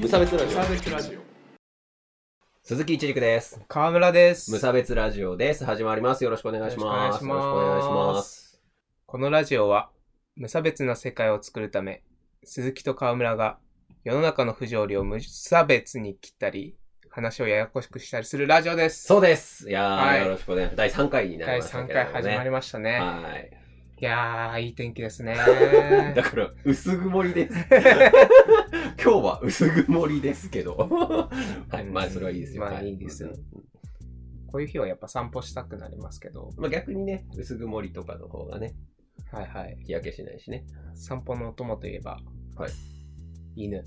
無差別ラジオ。 無差別ラジオ。 鈴木一陸です。 川村です。 無差別ラジオです。始まります。よろしくお願いします。 よろしくお願いします。このラジオは無差別な世界を作るため、鈴木と川村が世の中の不条理を無差別に切ったり、話をややこしくしたりするラジオです。 そうです。いやー、 はい、 よろしくお願いします。第3回になりましたけどね。 第3回始まりましたね。 はい。 いやー、いい天気ですね。 だから、薄曇りです。今日は薄曇りですけど。はい。まあ、それはいいですよ。 まあ、いいですよ。こういう日はやっぱ散歩したくなりますけど。 まあ、逆にね、薄曇りとかの方がね。 はいはい。 日焼けしないしね。 散歩のお供といえば。 はい。 犬。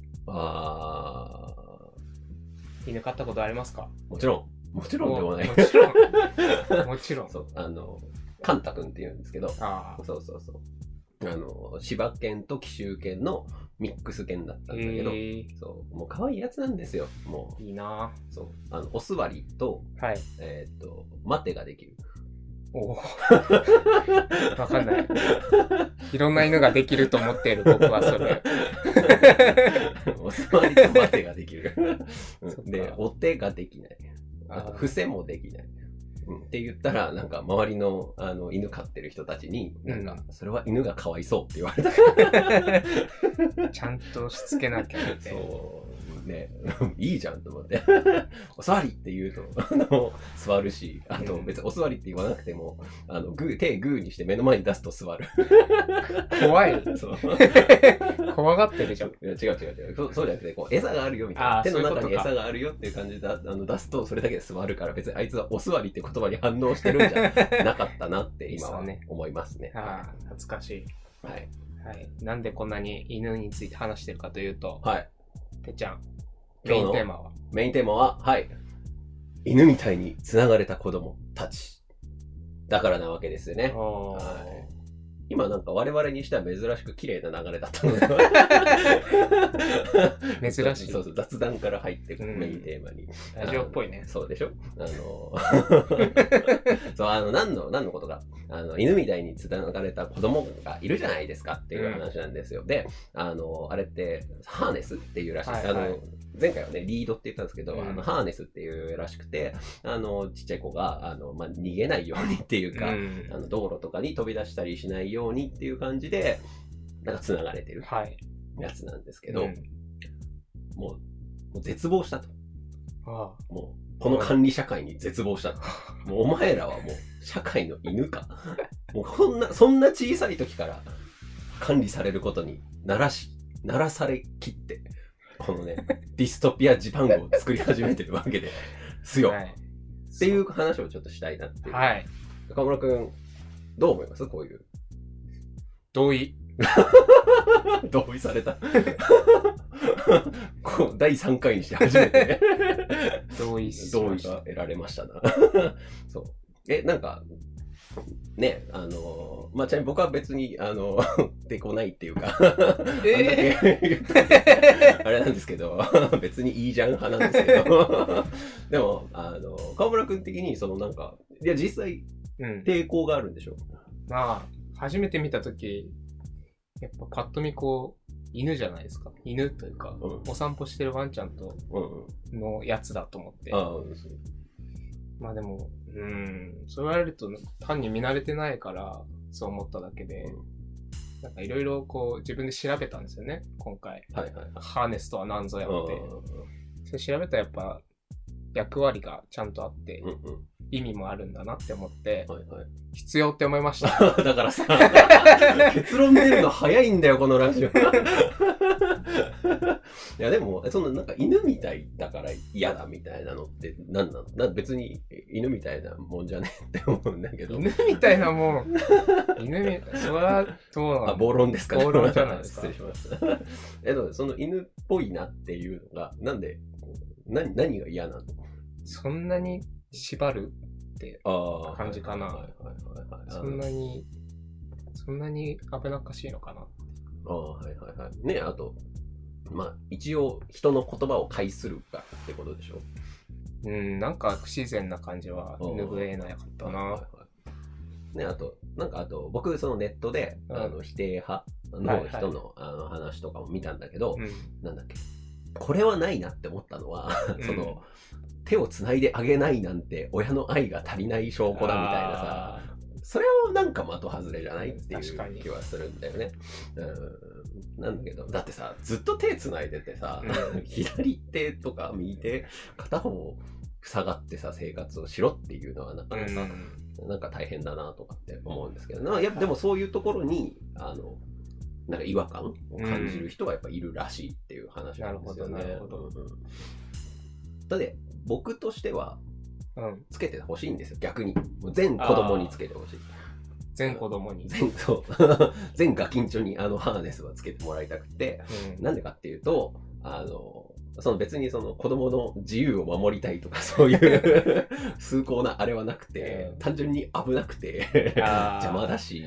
犬飼ったことありますか？ もちろん。もちろんでもない。 もちろん。もちろん。 そう。カンタ君って言うんですけど。そう。柴犬と紀州犬のミックス犬だったんだけど。そう。もう可愛いやつなんですよ。もう。いいなぁ。そう。お座りと、はい。待てができる。 わかんない。いろんな犬ができると思っている僕はそれ。 お座りと待てができる。で、お手ができない。あと、伏せもできない。って言ったら、なんか周りの犬飼ってる人たちに、なんか、それは犬がかわいそうって言われた。 ちゃんとしつけなきゃって。 そう。ね、いいじゃんと思って。お座りって言うと、座るし、あと別にお座りって言わなくても、手グーにして目の前に出すと座る。 怖い。そう。怖がってるじゃん。 違う。そうじゃなくて、こう、餌があるよみたいな。手の中に餌があるよっていう感じで出すと、それだけで座るから、別にあいつはお座りって言葉に反応してるんじゃなかったなって今は思いますね。 懐かしい。 はい。 はい。なんでこんなに犬について話してるかというと、 はい。 てっちゃん、メインテーマは、はい。犬みたいに繋がれた子供たち。だからなわけですよね。はい。今なんか我々にしては珍しく綺麗な流れだったので。珍しい。そう、雑談から入ってメインテーマに。 ラジオっぽいね。 そうでしょそう、何のことか。犬みたいに繋がれた子供がいるじゃないですかっていう話なんですよ。で、あれって、ハーネスっていうらしい。前回はね、リードって言ったんですけど、ハーネスっていうらしくて、ちっちゃい子が、逃げないようにっていうか、道路とかに飛び出したりしないようにっていう感じで、なんか繋がれてるやつなんですけど、もう絶望したと。もう、この管理社会に絶望したと。もうお前らはもう、社会の犬か。もうそんな小さい時から管理されることにならされきって、このね、ディストピアジパングを作り始めてるわけですよ。っていう話をちょっとしたいなっていう。はい。中村くん、どう思います？こういう。 同意。 同意された。第3回にして初めて同意が得られましたな。そう。なんか、ね、ちなみに僕は別に、でこないっていうか、あれなんですけど、別にいいじゃん派なんですけど、でも、川村くん的に、なんか、いや、実際、抵抗があるんでしょ？ まあ、初めて見たとき、やっぱパッと見こう、犬じゃないですか。犬というか、お散歩してるワンちゃんとのやつだと思って。まあでも、そう言われると単に見慣れてないからそう思っただけで、なんかいろいろこう自分で調べたんですよね、今回。ハーネスとは何ぞやって。それ調べたらやっぱ役割がちゃんとあって、意味もあるんだなって思って、必要って思いました。 だからさ、結論出るの早いんだよ、このラジオ。いやでも、なんか犬みたいだから嫌だみたいなのって何なの？別に犬みたいなもんじゃねえって思うんだけど。 犬みたいなもん。それはどうなの？ 暴論ですかね。 暴論じゃないですか。 失礼しました。その犬っぽいなっていうのが、なんで、何が嫌なの？そんなに縛るって感じかな。そんなに危なっかしいのかな。 ね、あと、一応人の言葉を介するかってことでしょ？ なんか不自然な感じは拭えなかったな。 ね、あと、僕、ネットで、否定派の人の、話とかも見たんだけど、なんだっけ、 これはないなって思ったのは、その手をつないであげないなんて親の愛が足りない証拠だみたいなさ、それはなんか的外れじゃないっていう気はするんだよね。なんだけど、だってさ、ずっと手つないでてさ、左手とか右手片方塞がってさ生活をしろっていうのはなかなか、なんか大変だなとかって思うんですけど、でもそういうところになんか違和感を感じる人はやっぱいるらしいっていう話なんですよね。なるほど。だって僕としてはつけてほしいんですよ、逆に。全子供につけてほしい。 全子供に全ガキンチョにハーネスはつけてもらいたくて、なんでかっていうとその別にその子供の自由を守りたいとかそういう崇高なあれはなくて、単純に危なくて邪魔だし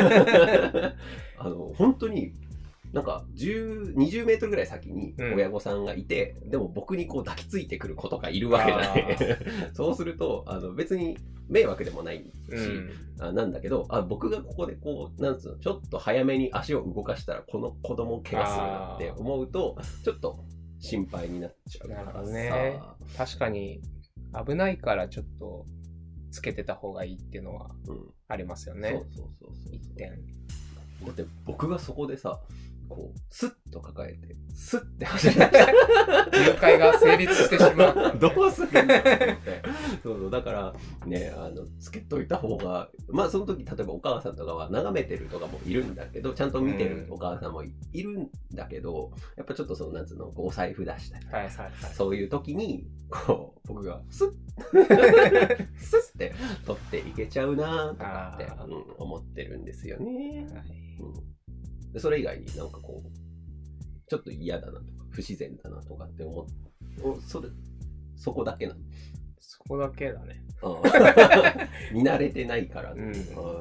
本当になんか20メートルぐらい先に親御さんがいて、でも僕にこう抱きついてくる子とかいるわけじゃないそうすると別に迷惑でもないし、なんだけど僕がここでこうなんつうのちょっと早めに足を動かしたらこの子供を怪我するなって思うとちょっと心配になっちゃうからさ。なるほどね。 確かに危ないからちょっとつけてた方がいいっていうのはありますよね。そう一点。 だって僕がそこでさこうスッと抱えてスッて走る誘拐が成立してしまうどうするんだろうってそうだからねつけといた方がまあその時例えばお母さんとかは眺めてるとかもいるんだけどちゃんと見てるお母さんもいるんだけどやっぱちょっとそのなんつうのこうお財布出したりとか、そういう時にこう僕がスッスッて取っていけちゃうなとかって、思ってるんですよね。でそれ以外になんかこうちょっと嫌だなとか不自然だなとかって思ってそこだけなの。 そこだけだね。 見慣れてないからね。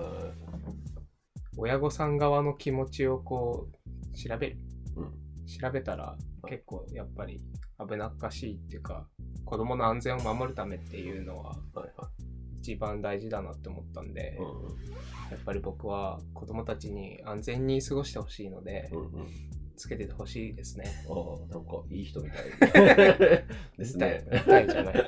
親御さん側の気持ちをこう調べる。調べたら結構やっぱり危なっかしいっていうか子供の安全を守るためっていうのは一番大事だなって思ったんで、やっぱり僕は子供たちに安全に過ごしてほしいので、つけててほしいですね。 なんかいい人みたいですね。 みたいじゃない。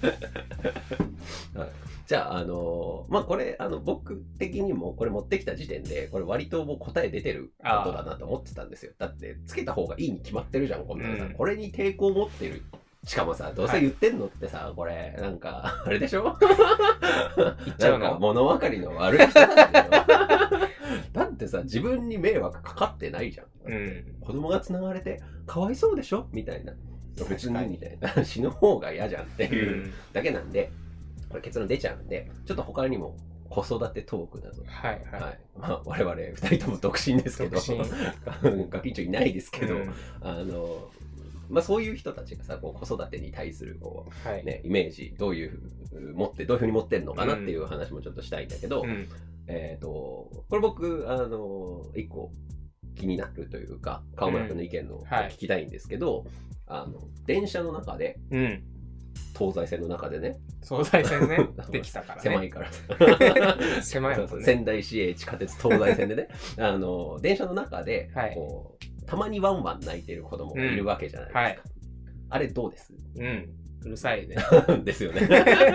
じゃあまあこれ僕的にもこれ持ってきた時点でこれ割ともう答え出てることだなと思ってたんですよ。だってつけた方がいいに決まってるじゃんこんなのさ、これに抵抗を持ってる。しかもさどうせ言ってんのってさ、これなんかあれでしょなんか物分かりの悪い人なんだよだってさ自分に迷惑かかってないじゃん、子供が繋がれてかわいそうでしょみたいな、別にみたいな死ぬ方が嫌じゃんっていうだけなんで、これ結論出ちゃうんでちょっと他にも子育てトークなど、まあ我々2人とも独身ですけどガキンチョいないですけど、まあそういう人たちがさこう子育てに対するこう、イメージどういうふうに持ってんのかなっていう話もちょっとしたいんだけど、これ僕一個気になるというか川村君の意見の聞きたいんですけど、電車の中で、東西線の中でね、 東西線ねできたからね、 狭いから狭いもんね、 仙台市営地下鉄東西線でね電車の中でこうたまにワンワン泣いてる子供がいるわけじゃないですか、あれどうです？ うるさいねですよね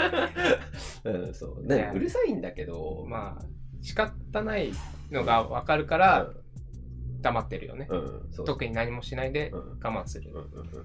そうね、うるさいんだけどまあ仕方ないのが分かるから黙ってるよね、特に何もしないで我慢する、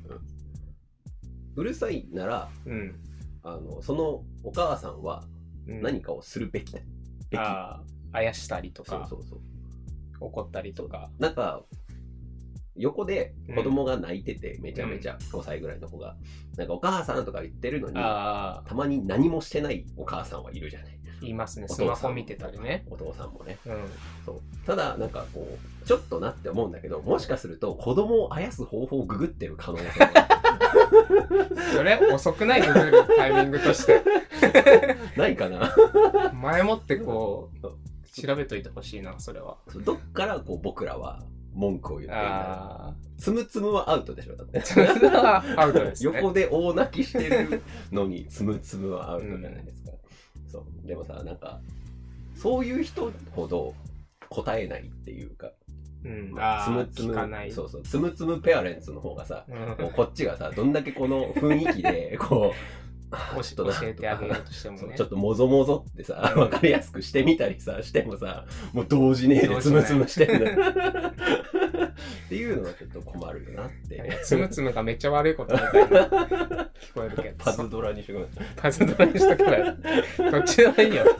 うるさいなら、そのお母さんは何かをするべきだ、 あやしたりとか怒ったりとか、 なんか横で子供が泣いててめちゃめちゃ5歳ぐらいの子がなんかお母さんとか言ってるのにたまに何もしてないお母さんはいるじゃない。 言いますね、スマホ見てたりね、 お父さんもね、そうただなんかこうちょっとなって思うんだけど、もしかすると子供をあやす方法をググってる可能性がそれ遅くない？ググるタイミングとしてないかな前もってこう調べといてほしいな、それは。 どっからこう僕らは文句を言ってるんだろう。つむつむはアウトでしょ、だってつむつむはアウトですね横で大泣きしてるのにつむつむはアウトじゃないですか、そうでもさなんかそういう人ほど答えないっていうか、 うん、 つむつむ、そうそう、つむつむペアレンツの方がさ、 うん、 こっちがさ、どんだけこの雰囲気で、こう、 教えてあげようとしてもね。 ちょっともぞもぞってさ、わかりやすくしてみたりさ、してもさ、もう同時ねえでつむつむしてんだっていうのはちょっと困るよなって。 つむつむがめっちゃ悪いことみたいな聞こえるけど。 パズドラにしとくパズドラにしとけばよ。どっちでもいいよ。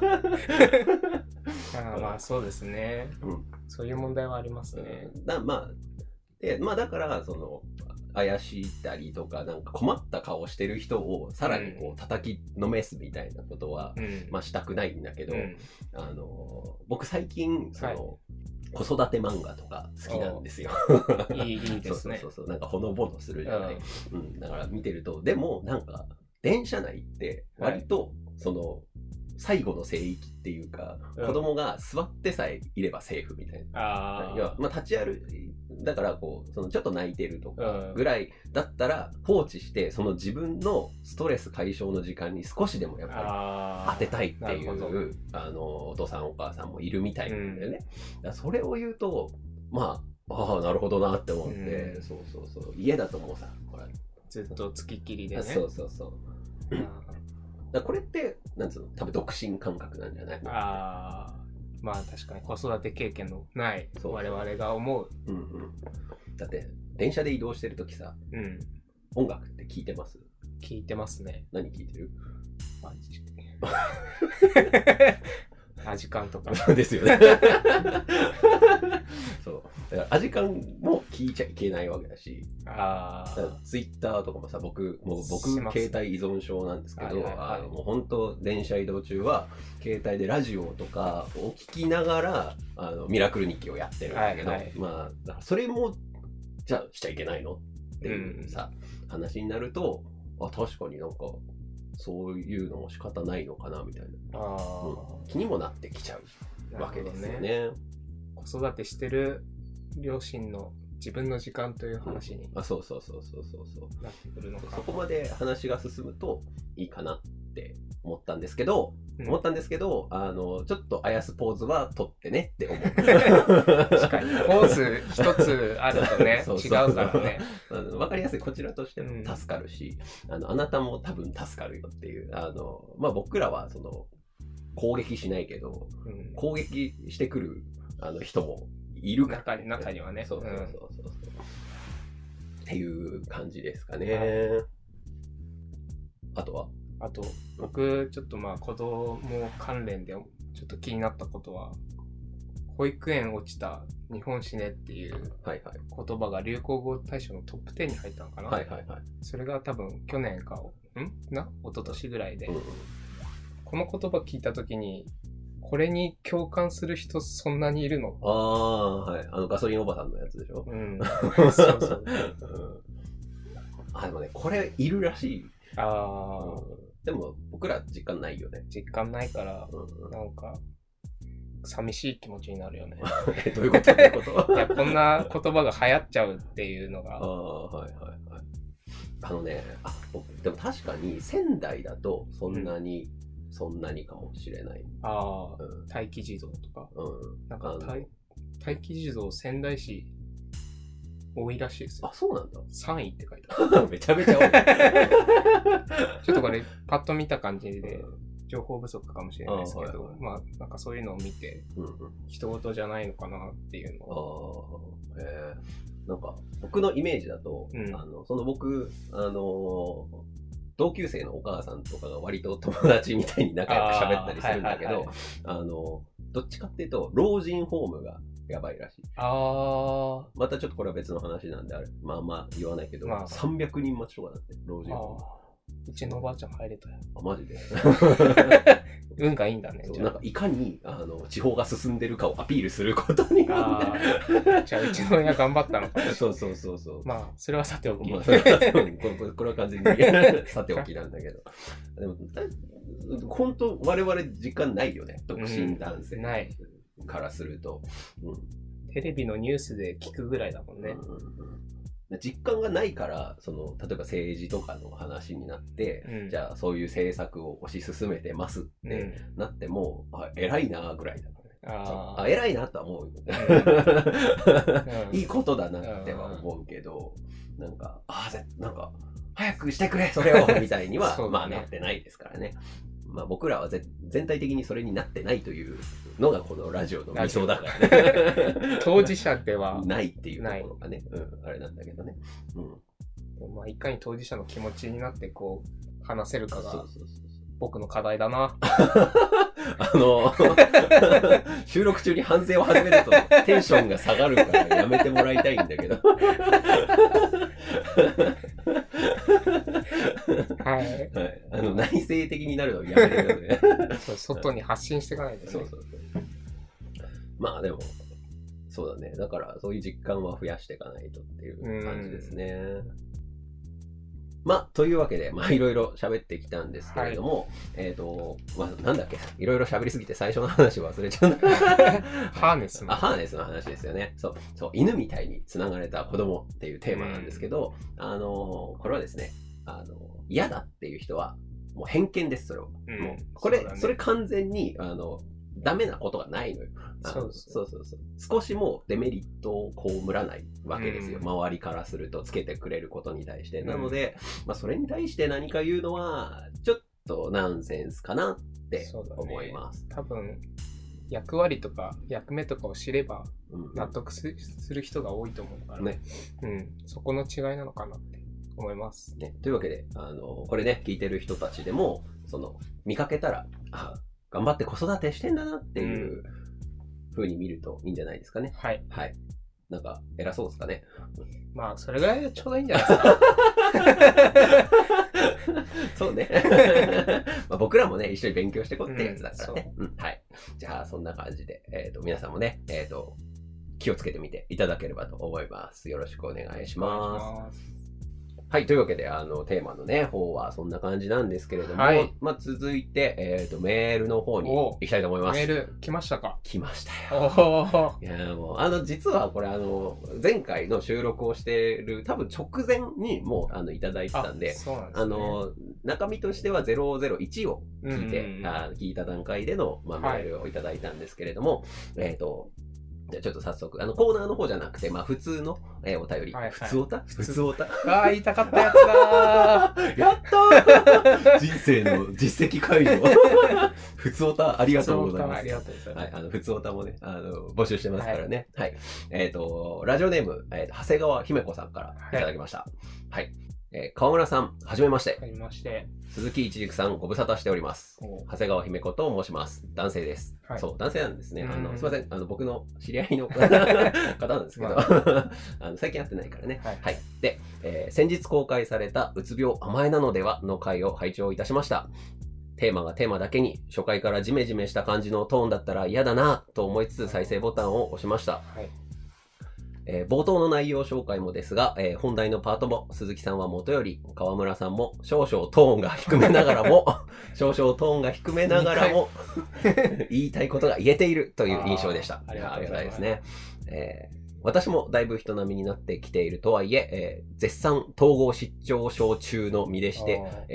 まあそうですね、うん。そういう問題はありますね。 まあだからその怪しいたりとかなんか困った顔してる人をさらにこう叩きのめすみたいなことは、まあしたくないんだけど、僕最近その、子育て漫画とか好きなんですよ。 いいですね。 そうなんかほのぼのするじゃない。だから見てると、でもなんか電車内って割とその最後の聖域っていうか、子供が座ってさえいればセーフみたいな。要はまあ立ち歩いだからこうそのちょっと泣いてるとかぐらいだったら放置してその自分のストレス解消の時間に少しでもやっぱり当てたいっていうお父さんお母さんもいるみたいなんだよね。だそれを言うとまあなるほどなって思って、そう家だともうさほらずっと付きっきりでね。 そうだこれってなんつうの多分独身感覚なんじゃない？ まあ確かに子育て経験のない我々が思う。 だって電車で移動してるときさ、音楽って聞いてます？ 聞いてますね。 何聞いてる？ アジカンとかですよね。そうだからアジカンも聞いちゃいけないわけだし、ツイッターとかもさ僕携帯依存症なんですけど、もう本当電車移動中は携帯でラジオとかを聞きながらミラクル日記をやってるんだけど、まあだからそれもじゃあしちゃいけないのっていうさ、話になると確かになんかそういうのも仕方ないのかなみたいな、気にもなってきちゃうわけですよね。 子育てしてる両親の自分の時間という話になってくるのか。 そこまで話が進むといいかなって思ったんですけど、ちょっとあやすポーズは取ってねって思う。 確かにポーズ一つあるとね違うからね。 わかりやすいこちらとしても助かるし、あなたも多分助かるよっていうまあ僕らはその攻撃しないけど、攻撃してくる人もいるから、 中にはね。 っていう感じですかね。あと僕ちょっとまあ子供関連でちょっと気になったことは、保育園落ちた日本死ねっていう言葉が流行語大賞のトップ10に入ったのかな。それが多分去年か一昨年ぐらいで、この言葉聞いたときにこれに共感する人そんなにいるの？ ガソリンおばさんのやつでしょ。 そうでもねこれいるらしい。でも僕ら実感ないよね。 実感ないから、なんか寂しい気持ちになるよね。 どういうこと？ いやこんな言葉が流行っちゃうっていうのが。 でも確かに仙台だとそんなにかもしれない。 待機児童とか。なんか待機児童仙台市多いらしいですよ。 そうなんだ。 3位って書いてある。 めちゃめちゃ多い。 ちょっとこれパッと見た感じで情報不足かもしれないですけど、まあなんかそういうのを見て、人事じゃないのかなっていうのを。 なんか僕のイメージだと、その僕同級生のお母さんとかが割と友達みたいに仲良く喋ったりするんだけど、どっちかっていうと老人ホームがやばいらしい。またちょっとこれは別の話なんでまあ言わないけど、300人待ちとかだって老人ホーム。 うちのおばあちゃん入れたよ。 マジで。 運がいいんだね。 なんかいかに地方が進んでるかをアピールすることにじゃあうちの親頑張ったのかな。 そう。 まあそれはさておき。 これは完全にさておきなんだけど。でも本当我々時間ないよね。独身男性からすると、 テレビのニュースで聞くぐらいだもんね。 実感がないから例えば政治とかの話になって、じゃあそういう政策を推し進めてますってなっても、偉いなぐらいだからね。 偉いなとは思う。いいことだなっては思うけど、なんか早くしてくれそれをみたいには、まあなってないですからね。まあ僕らは全体的にそれになってないというのがこのラジオの理想だからね。 当事者ではないっていうところがね、あれなんだけどね。 まあいかに当事者の気持ちになってこう話せるかが僕の課題だな。 収録中に反省を始めるとテンションが下がるからやめてもらいたいんだけど。 はい。 内省的になるのをやめてください。 外に発信していかないとね。 そう。まあでも、そうだね。だからそういう実感は増やしていかないとっていう感じですね。まあ、というわけで、まあ、いろいろ喋ってきたんですけれども、まあ、なんだっけ、いろいろ喋りすぎて最初の話忘れちゃった。 ハーネスの話ですよね。そう、犬みたいに繋がれた子供っていうテーマなんですけど、これはですね、嫌だっていう人は、もう偏見です、それは。もうそれ完全に、ダメなことがないのよ。そう。少しもデメリットを被らないわけですよ。周りからするとつけてくれることに対して。なので、まあそれに対して何か言うのは、ちょっとナンセンスかなって思います。 多分、役割とか役目とかを知れば納得する人が多いと思うからね。そこの違いなのかなって思います。 というわけで、これね、聞いてる人たちでも、見かけたら、頑張って子育てしてんだなっていう風に見るといいんじゃないですかね。 はい。 なんか偉そうですかね。 まあそれぐらいでちょうどいいんじゃないですか。 そうね。まあ僕らもね一緒に勉強してこうってやつだからね。はい。じゃあそんな感じで皆さんもね気をつけてみていただければと思います。よろしくお願いします。はい。というわけで、テーマのね、方はそんな感じなんですけれども、まあ、続いて、メールの方に行きたいと思います。 メール来ましたか？ 来ましたよ。いや、もう、実はこれ、前回の収録をしている、多分直前にもう、いただいてたんで、 そうなんですね。 中身としては001を聞いて、聞いた段階での、まあ、メールをいただいたんですけれども、じゃあちょっと早速、コーナーの方じゃなくて、まあ普通の、お便り。普通おた言いたかったやつだーやったー人生の実績解除普通おたありがとうございます。 ありがとうございます。 はい、普通おたもね、募集してますからね。はい。ラジオネーム、長谷川姫子さんからいただきました。はい。川村さん、はじめまして。 はじめまして。 鈴木一軸さん、ご無沙汰しております。長谷川姫子と申します。男性です。そう、男性なんですね。すいません。僕の知り合いの方なんですけど、最近会ってないからね。はい。で、先日公開された、うつ病甘えなのではの回を拝聴いたしました。テーマがテーマだけに、初回からジメジメした感じのトーンだったら嫌だなと思いつつ再生ボタンを押しました。冒頭の内容紹介もですが、本題のパートも鈴木さんはもとより、川村さんも少々トーンが低めながらも言いたいことが言えているという印象でした。ありがたいですね。私もだいぶ人並みになってきているとはいえ、絶賛統合失調症中の身でして、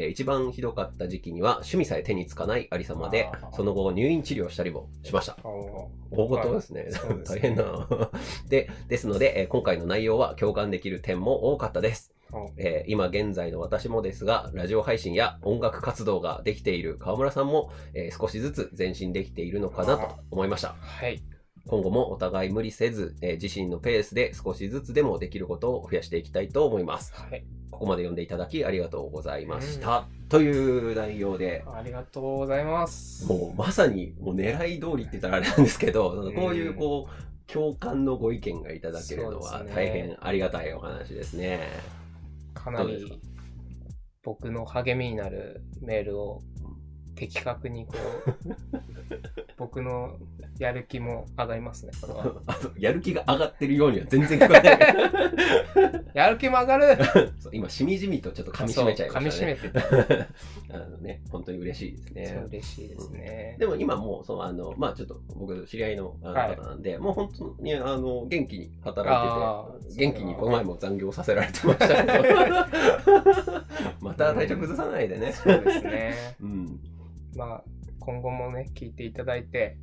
一番ひどかった時期には趣味さえ手につかないありさまで、その後入院治療したりもしました。大事ですね。大変な。ですので、今回の内容は共感できる点も多かったです。今現在の私もですが、ラジオ配信や音楽活動ができている川村さんも、少しずつ前進できているのかなと思いました。 はい。 今後もお互い無理せず、自身のペースで少しずつでもできることを増やしていきたいと思います。はい。ここまで読んでいただきありがとうございました。という内容で。 ありがとうございます。 もうまさにもう狙い通りって言ったらあれなんですけど、こういう共感のご意見がいただけるのは大変ありがたいお話ですね。 かなり僕の励みになるメールを的確に僕のやる気も上がりますね、これは。 やる気が上がってるようには全然聞こえない。 やる気も上がる今、しみじみとちょっと噛み締めちゃいましたね。 噛み締めてね、本当に嬉しいですね。 嬉しいですね。 でも今もう、まあちょっと僕、知り合いの方なんで、もう本当に元気に働いてて、元気にこの前も残業させられてましたけど、また体調崩さないでね。 そうですね。まあ今後もね聞いていただいて、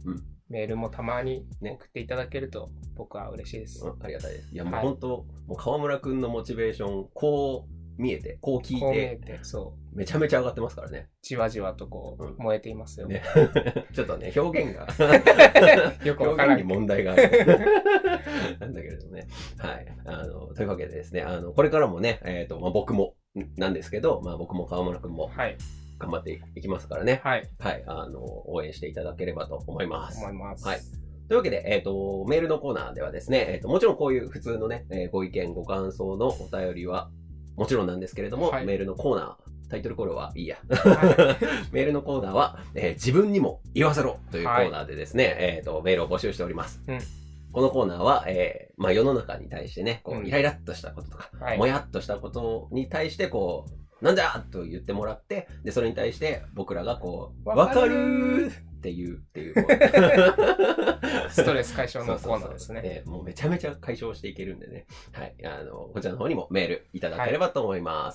メールもたまに送っていただけると僕は嬉しいです。 ありがたいです。いやもう本当、もう川村くんのモチベーション、こう見えて、こう聞いて、 そうめちゃめちゃ上がってますからね。 じわじわと燃えていますよ。 ね、ちょっとね、表現がよくわからない。 表現に問題がある。なんだけれどもね。はい。というわけでですね、これからもね、僕もなんですけど、僕も川村くんも、頑張っていきますからね。 はい。 はい。応援していただければと思います。 はい。 というわけで、メールのコーナーではですね、もちろんこういう普通のね、ご意見、ご感想のお便りはもちろんなんですけれども、メールのコーナー、タイトルコールはいいや。メールのコーナーは、自分にも言わせろというコーナーでですね、メールを募集しております。このコーナーは、世の中に対してね、イライラっとしたこととか、もやっとしたことに対して、なんじゃと言ってもらって、で、それに対して僕らがわかるっていうストレス解消のコーナーですね。 もうめちゃめちゃ解消していけるんでね。はい。こちらの方にもメールいただければと思います。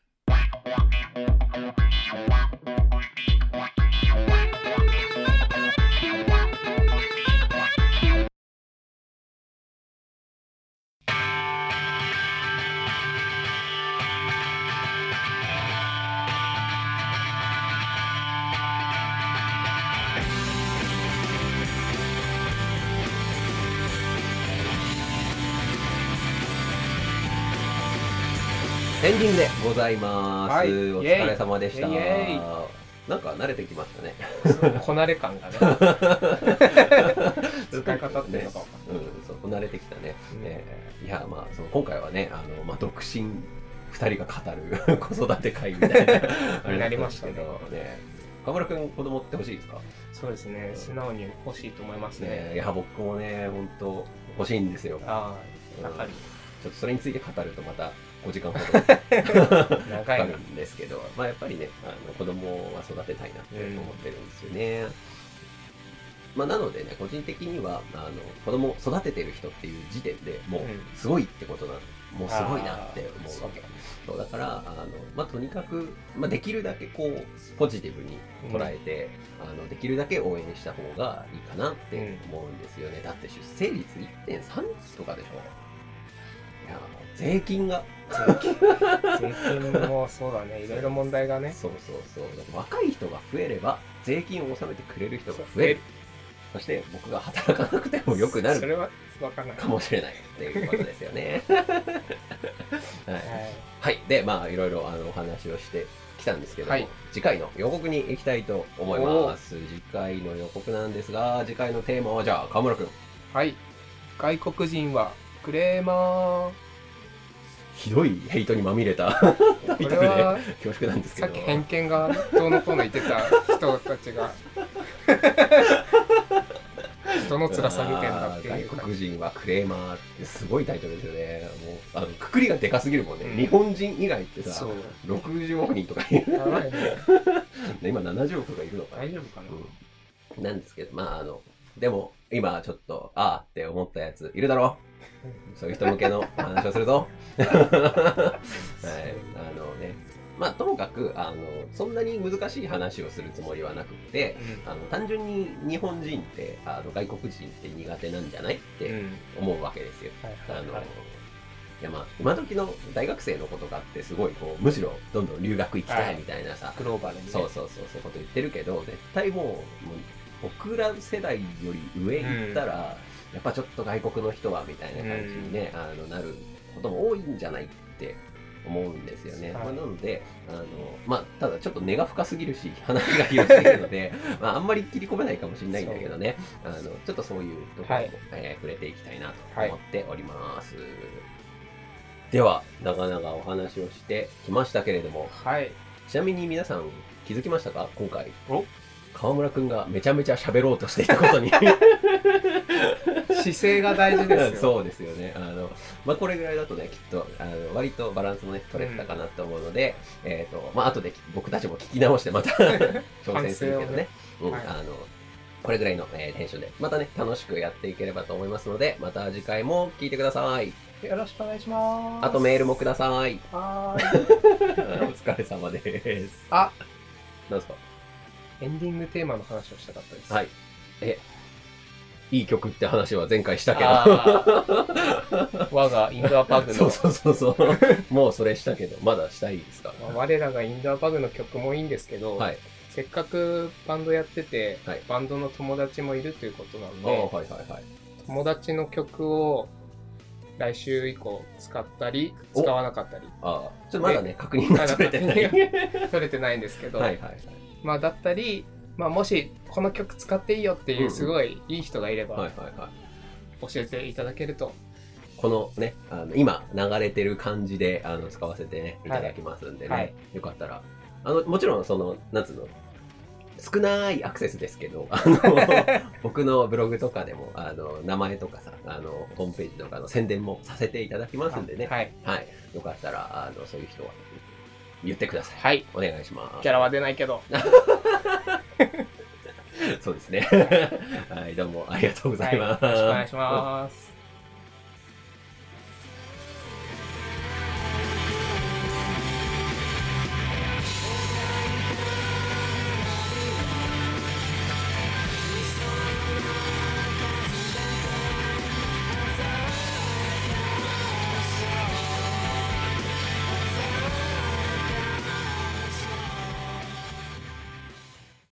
エンディングでございます。お疲れ様でした。なんか慣れてきましたね。 こなれ感がね。使い方っていうのか分かんない。 そう、こなれてきたね。いや、今回はね、独身2人が語る子育て会みたいなあれになりましたけどね。川村くん、子供って欲しいですか？ そうですね。素直に欲しいと思いますね。 いや、僕もね、本当欲しいんですよ。 わかる。 ちょっとそれについて語るとまた5時間ほどかかるんですけど、やっぱりね、子供は育てたいなって思ってるんですよね。なのでね、個人的には子供を育ててる人っていう時点でもうすごいってことなの。もうすごいなって思うわけ。そうだからとにかく、できるだけポジティブに捉えて、できるだけ応援した方がいいかなって思うんですよね。だって出生率 1.3 とかでしょ。いや、税金が税金もそうだね、いろいろ問題がね。 そう。若い人が増えれば税金を納めてくれる人が増える。そして僕が働かなくても良くなる。 それは分かんないかもしれないっていうことですよね。はい。で、いろいろお話をしてきたんですけども、次回の予告に行きたいと思います。次回の予告なんですが、次回のテーマはじゃあ川村くん。 はい。外国人はクレーマー。 ひどいヘイトにまみれたタイトルで恐縮なんですけど、 さっき偏見がどうのこうの言ってた人たちが人の辛さ見てんだっていう。 外国人はクレーマーってすごいタイトルですよね。もうくくりがでかすぎるもんね。日本人以外ってさ、60億人とかいる。やばいね。今70億がいるのかな。 大丈夫かな。 なんですけど、でも今ちょっとって思ったやついるだろう。そういう人向けの話をするぞ。はい、ともかくそんなに難しい話をするつもりはなくて、単純に日本人って外国人って苦手なんじゃないって思うわけですよ。今時の大学生の子とかってすごいむしろどんどん留学行きたいみたいなさ、 グローバルにね、 そういうこと言ってるけど、絶対もう僕ら世代より上行ったら、やっぱちょっと外国の人はみたいな感じにね、なることも多いんじゃないって思うんですよね。なのでただちょっと根が深すぎるし話が広すぎるのであんまり切り込めないかもしれないんだけどね、ちょっとそういうところも、触れていきたいなと思っております。では長々お話をしてきましたけれども、ちなみに皆さん気づきましたか？今回川村くんがめちゃめちゃ喋ろうとしていたことに姿勢が大事ですよ。 そうですよね。これぐらいだとね、きっと割とバランスもね取れてたかなと思うので、後で僕たちも聞き直してまた挑戦するけどね、これぐらいの、テンションでまたね楽しくやっていければと思いますので、また次回も聞いてください。 よろしくお願いします。 あとメールもください。 お疲れ様です。 なんですか？ エンディングテーマの話をしたかったです。 はい。 いい曲って話は前回したけど。 我がインドアパグの。 そう。もうそれしたけど、まだしたいですか？ 我らがインドアパグの曲もいいんですけど、 はい、 せっかくバンドやってて、 はい、 バンドの友達もいるということなんで、友達の曲を来週以降使ったり使わなかったり。 ちょっとまだね、確認が取れてない。 取れてないんですけど、まあだったり、まあもしこの曲使っていいよっていうすごいいい人がいれば、教えていただけると。 このね、今流れてる感じで使わせてね、いただきますんでね、よかったら。もちろんなんつうの、少ないアクセスですけど、僕のブログとかでも、名前とかさ、ホームページとかの宣伝もさせていただきますんでね。よかったら、そういう人は言ってください。お願いします。 キャラは出ないけど。 そうですね。はい、どうもありがとうございます。 よろしくお願いします。